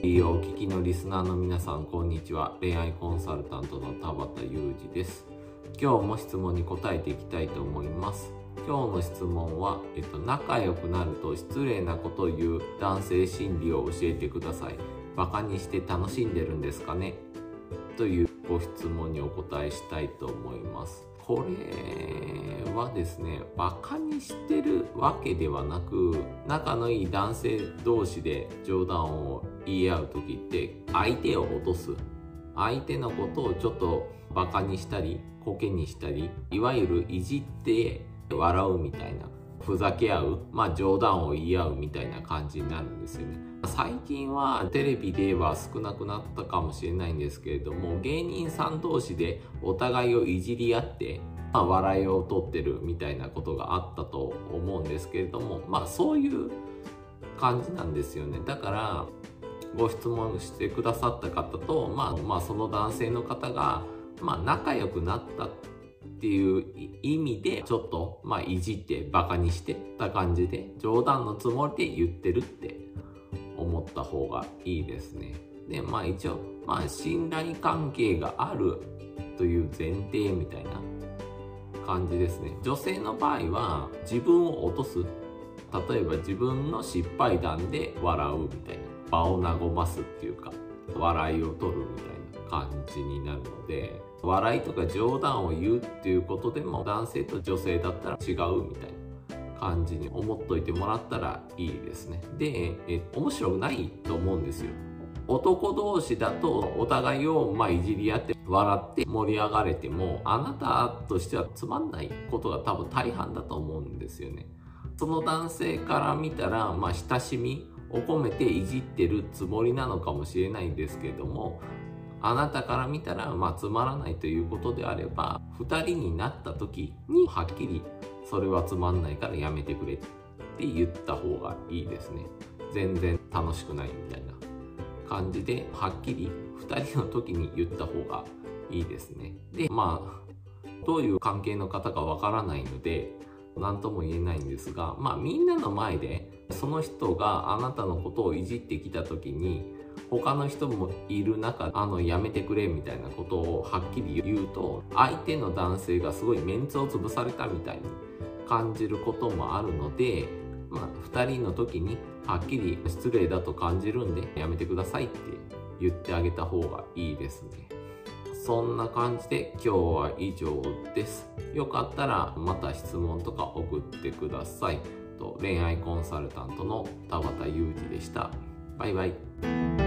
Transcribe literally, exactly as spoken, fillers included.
お聞きのリスナーの皆さん、こんにちは。恋愛コンサルタントの田畑裕二です。今日も質問に答えていきたいと思います。今日の質問は、えっと、仲良くなると失礼なことを言う男性心理を教えてください。バカにして楽しんでるんですかね？というご質問にお答えしたいと思います。これはですね、バカにしてるわけではなく、仲のいい男性同士で冗談を言い合う時って相手を落とす、相手のことをちょっとバカにしたりコケにしたり、いわゆるいじって笑うみたいな、ふざけ合う、まあ冗談を言い合うみたいな感じになるんですよね。最近はテレビでは少なくなったかもしれないんですけれども、芸人さん同士でお互いをいじり合って、まあ、笑いを取ってるみたいなことがあったと思うんですけれども、まあそういう感じなんですよね。だからご質問してくださった方と、まあ、まあその男性の方が、まあ、仲良くなったっていう意味でちょっと、まあ、いじってバカにしてた感じで冗談のつもりで言ってるって思った方がいいですね。で、まあ一応、まあ信頼関係があるという前提みたいな感じですね。女性の場合は自分を落とす。例えば自分の失敗談で笑うみたいな。場を和ますっていうか、笑いを取るみたいな感じになるので、笑いとか冗談を言うっていうことでも男性と女性だったら違うみたいな感じに思っといてもらったらいいですね。で、え面白くないと思うんですよ。男同士だとお互いをまあいじり合って笑って盛り上がれても、あなたとしてはつまんないことが多分大半だと思うんですよね。その男性から見たら、まあ親しみを込めていじってるつもりなのかもしれないんですけれども、あなたから見たらまあつまらないということであれば、ふたりになった時にはっきりそれはつまんないからやめてくれって言った方がいいですね。全然楽しくないみたいな感じではっきりふたりの時に言った方がいいですね。で、まあどういう関係の方かわからないので何とも言えないんですが、まあみんなの前でその人があなたのことをいじってきた時に、他の人もいる中、あのやめてくれみたいなことをはっきり言うと、相手の男性がすごいメンツを潰されたみたいに感じることもあるので、まあふたりの時にはっきり失礼だと感じるんでやめてくださいって言ってあげた方がいいですね。そんな感じで今日は以上です。よかったらまた質問とか送ってください。恋愛コンサルタントの田畑裕二でした。バイバイ。